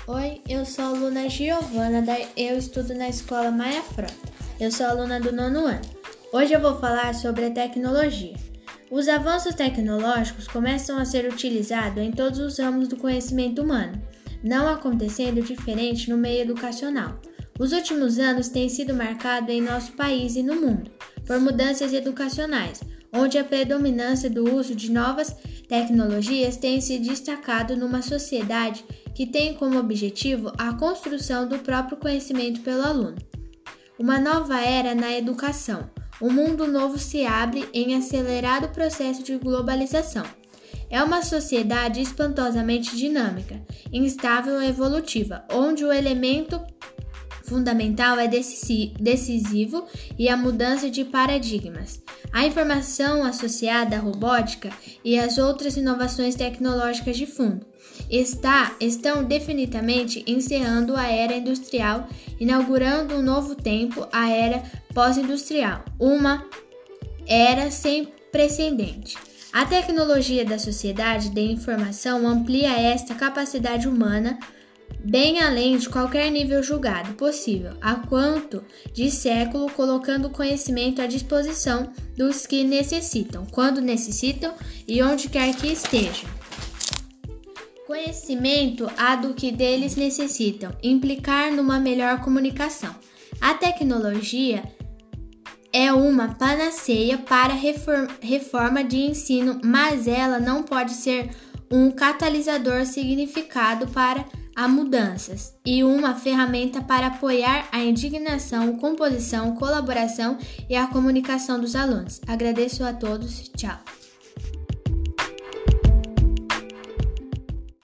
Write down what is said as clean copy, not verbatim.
Oi, eu sou a aluna Giovana, eu estudo na Escola Maia Frota. Eu sou aluna do 9º ano. Hoje eu vou falar sobre a tecnologia. Os avanços tecnológicos começam a ser utilizados em todos os ramos do conhecimento humano, não acontecendo diferente no meio educacional. Os últimos anos têm sido marcados em nosso país e no mundo por mudanças educacionais, onde a predominância do uso de novas tecnologias tem se destacado numa sociedade que tem como objetivo a construção do próprio conhecimento pelo aluno. Uma nova era na educação. Um mundo novo se abre em acelerado processo de globalização. É uma sociedade espantosamente dinâmica, instável e evolutiva, onde o elemento fundamental é decisivo e a mudança de paradigmas. A informação associada à robótica e às outras inovações tecnológicas de fundo estão definitivamente encerrando a era industrial, inaugurando um novo tempo, a era pós-industrial, uma era sem precedente. A tecnologia da sociedade da informação amplia esta capacidade humana bem além de qualquer nível julgado possível, há quanto de século, colocando o conhecimento à disposição dos que necessitam, quando necessitam e onde quer que estejam. Conhecimento há do que deles necessitam, implicar numa melhor comunicação. A tecnologia é uma panaceia para a reforma de ensino, mas ela não pode ser um catalisador significado para a mudanças e uma ferramenta para apoiar a indignação, composição, colaboração e a comunicação dos alunos. Agradeço a todos. Tchau.